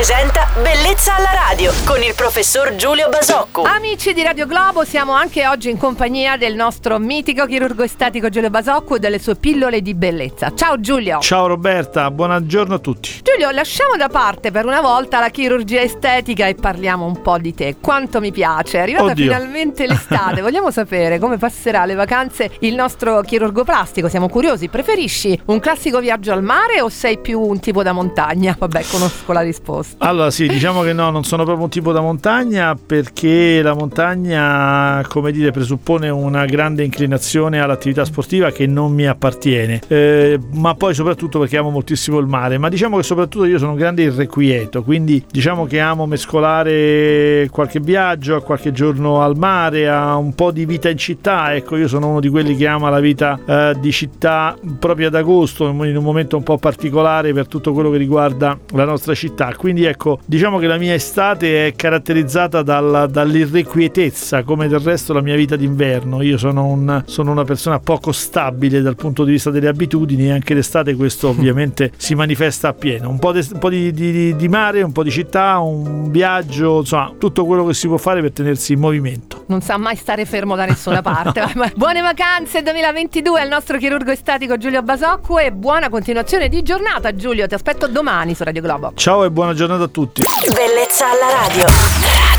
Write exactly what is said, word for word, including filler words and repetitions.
presenta Bellezza alla radio con il professor Giulio Basocco. Amici di Radio Globo, siamo anche oggi in compagnia del nostro mitico chirurgo estetico Giulio Basocco e delle sue pillole di bellezza. Ciao Giulio. Ciao Roberta, buongiorno a tutti. Giulio, lasciamo da parte per una volta la chirurgia estetica e parliamo un po' di te. Quanto mi piace, è arrivata Oddio. finalmente l'estate. Vogliamo sapere come passerà le vacanze il nostro chirurgo plastico. Siamo curiosi. Preferisci un classico viaggio al mare o sei più un tipo da montagna? Vabbè, conosco la risposta. Allora sì, diciamo che no, non sono proprio un tipo da montagna, perché la montagna, come dire, presuppone una grande inclinazione all'attività sportiva che non mi appartiene, eh, ma poi soprattutto perché amo moltissimo il mare. Ma diciamo che soprattutto io sono un grande irrequieto, quindi diciamo che amo mescolare qualche viaggio a qualche giorno al mare, a un po' di vita in città. Ecco, io sono uno di quelli che ama la vita eh, di città proprio ad agosto, in un momento un po' particolare per tutto quello che riguarda la nostra città. Quindi ecco, diciamo che la mia estate è caratterizzata dalla, dall'irrequietezza, come del resto la mia vita d'inverno. Io sono, un, sono una persona poco stabile dal punto di vista delle abitudini, e anche d'estate questo ovviamente si manifesta appieno. Un po', de, un po' di, di, di mare, un po' di città, un viaggio, insomma tutto quello che si può fare per tenersi in movimento. Non sa mai stare fermo da nessuna parte. Buone vacanze duemilaventidue al nostro chirurgo estetico Giulio Basocco e buona continuazione di giornata. Giulio, ti aspetto domani su Radio Globo. Ciao e buona giornata a tutti. Bellezza alla radio.